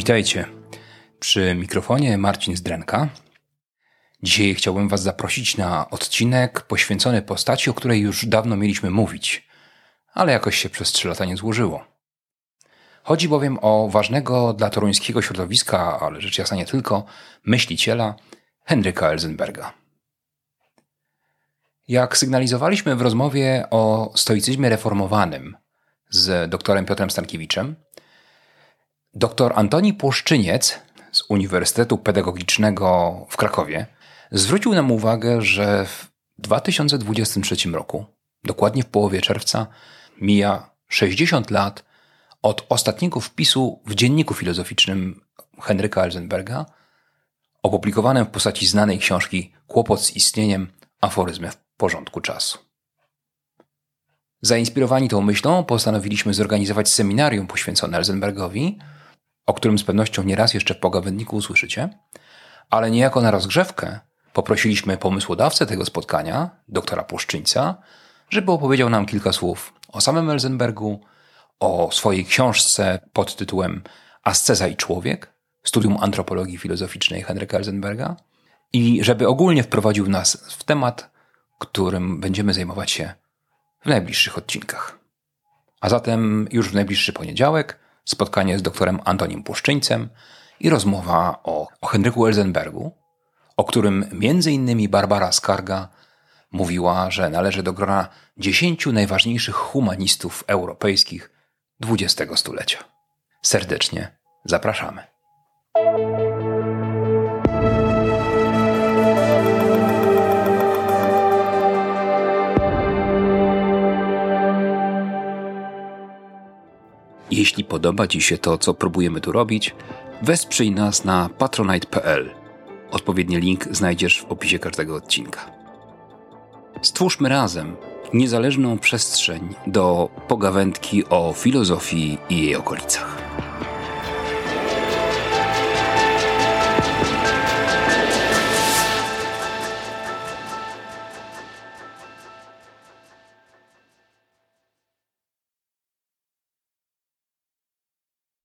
Witajcie. Przy mikrofonie Marcin Zdrenka. Dzisiaj chciałbym Was zaprosić na odcinek poświęcony postaci, o której już dawno mieliśmy mówić, ale jakoś się przez 3 lata nie złożyło. Chodzi bowiem o ważnego dla toruńskiego środowiska, ale rzecz jasna nie tylko, myśliciela Henryka Elzenberga. Jak sygnalizowaliśmy w rozmowie o stoicyzmie reformowanym z doktorem Piotrem Stankiewiczem, dr Antoni Płoszczyniec z Uniwersytetu Pedagogicznego w Krakowie zwrócił nam uwagę, że w 2023 roku, dokładnie w połowie czerwca, mija 60 lat od ostatniego wpisu w dzienniku filozoficznym Henryka Elzenberga, opublikowanym w postaci znanej książki Kłopot z istnieniem, aforyzmy w porządku czasu. Zainspirowani tą myślą postanowiliśmy zorganizować seminarium poświęcone Elzenbergowi, o którym z pewnością nieraz jeszcze w pogawędniku usłyszycie, ale niejako na rozgrzewkę poprosiliśmy pomysłodawcę tego spotkania, doktora Płoszczyńca, żeby opowiedział nam kilka słów o samym Elzenbergu, o swojej książce pod tytułem Asceza i człowiek, studium antropologii filozoficznej Henryka Elzenberga i żeby ogólnie wprowadził nas w temat, którym będziemy zajmować się w najbliższych odcinkach. A zatem już w najbliższy poniedziałek spotkanie z doktorem Antonim Płoszczyńcem i rozmowa o Henryku Elzenbergu, o którym m.in. Barbara Skarga mówiła, że należy do grona 10 najważniejszych humanistów europejskich XX stulecia. Serdecznie zapraszamy. Jeśli podoba Ci się to, co próbujemy tu robić, wesprzyj nas na patronite.pl. Odpowiedni link znajdziesz w opisie każdego odcinka. Stwórzmy razem niezależną przestrzeń do pogawędki o filozofii i jej okolicach.